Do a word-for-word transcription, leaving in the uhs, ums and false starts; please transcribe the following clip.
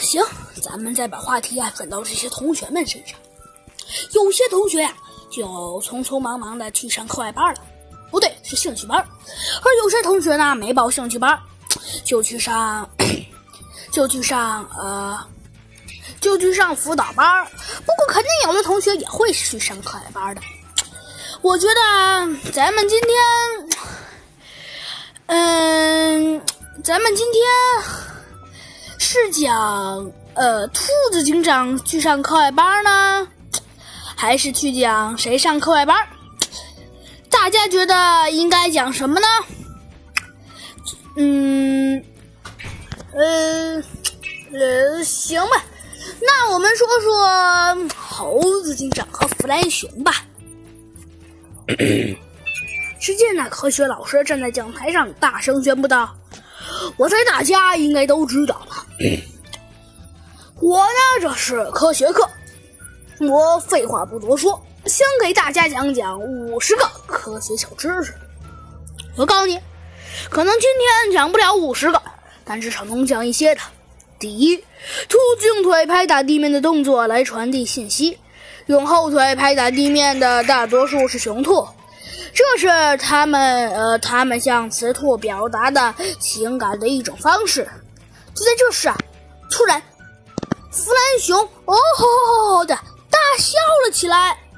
行，咱们再把话题啊转到这些同学们身上。有些同学呀、啊，就匆匆忙忙的去上课外班了，不对，是兴趣班；而有些同学呢，没报兴趣班，就去上，就去上呃，就去上辅导班。不过，肯定有的同学也会去上课外班的。我觉得咱们今天，嗯，咱们今天是讲呃兔子警长去上课外班呢，还是去讲谁上课外班？大家觉得应该讲什么呢？嗯，呃，呃，行吧，那我们说说猴子警长和弗兰熊吧。只见那科学老师站在讲台上，大声宣布道：“我猜大家应该都知道了，我呢这是科学课，我废话不多说，先给大家讲讲五十个科学小知识。我告诉你，可能今天讲不了五十个，但至少能讲一些的。第一，兔子用腿拍打地面的动作来传递信息。”用后腿拍打地面的大多数是雄兔，这是他们呃他们向雌兔表达的情感的一种方式。就在这时啊，突然，弗兰熊哦吼吼吼的大笑了起来。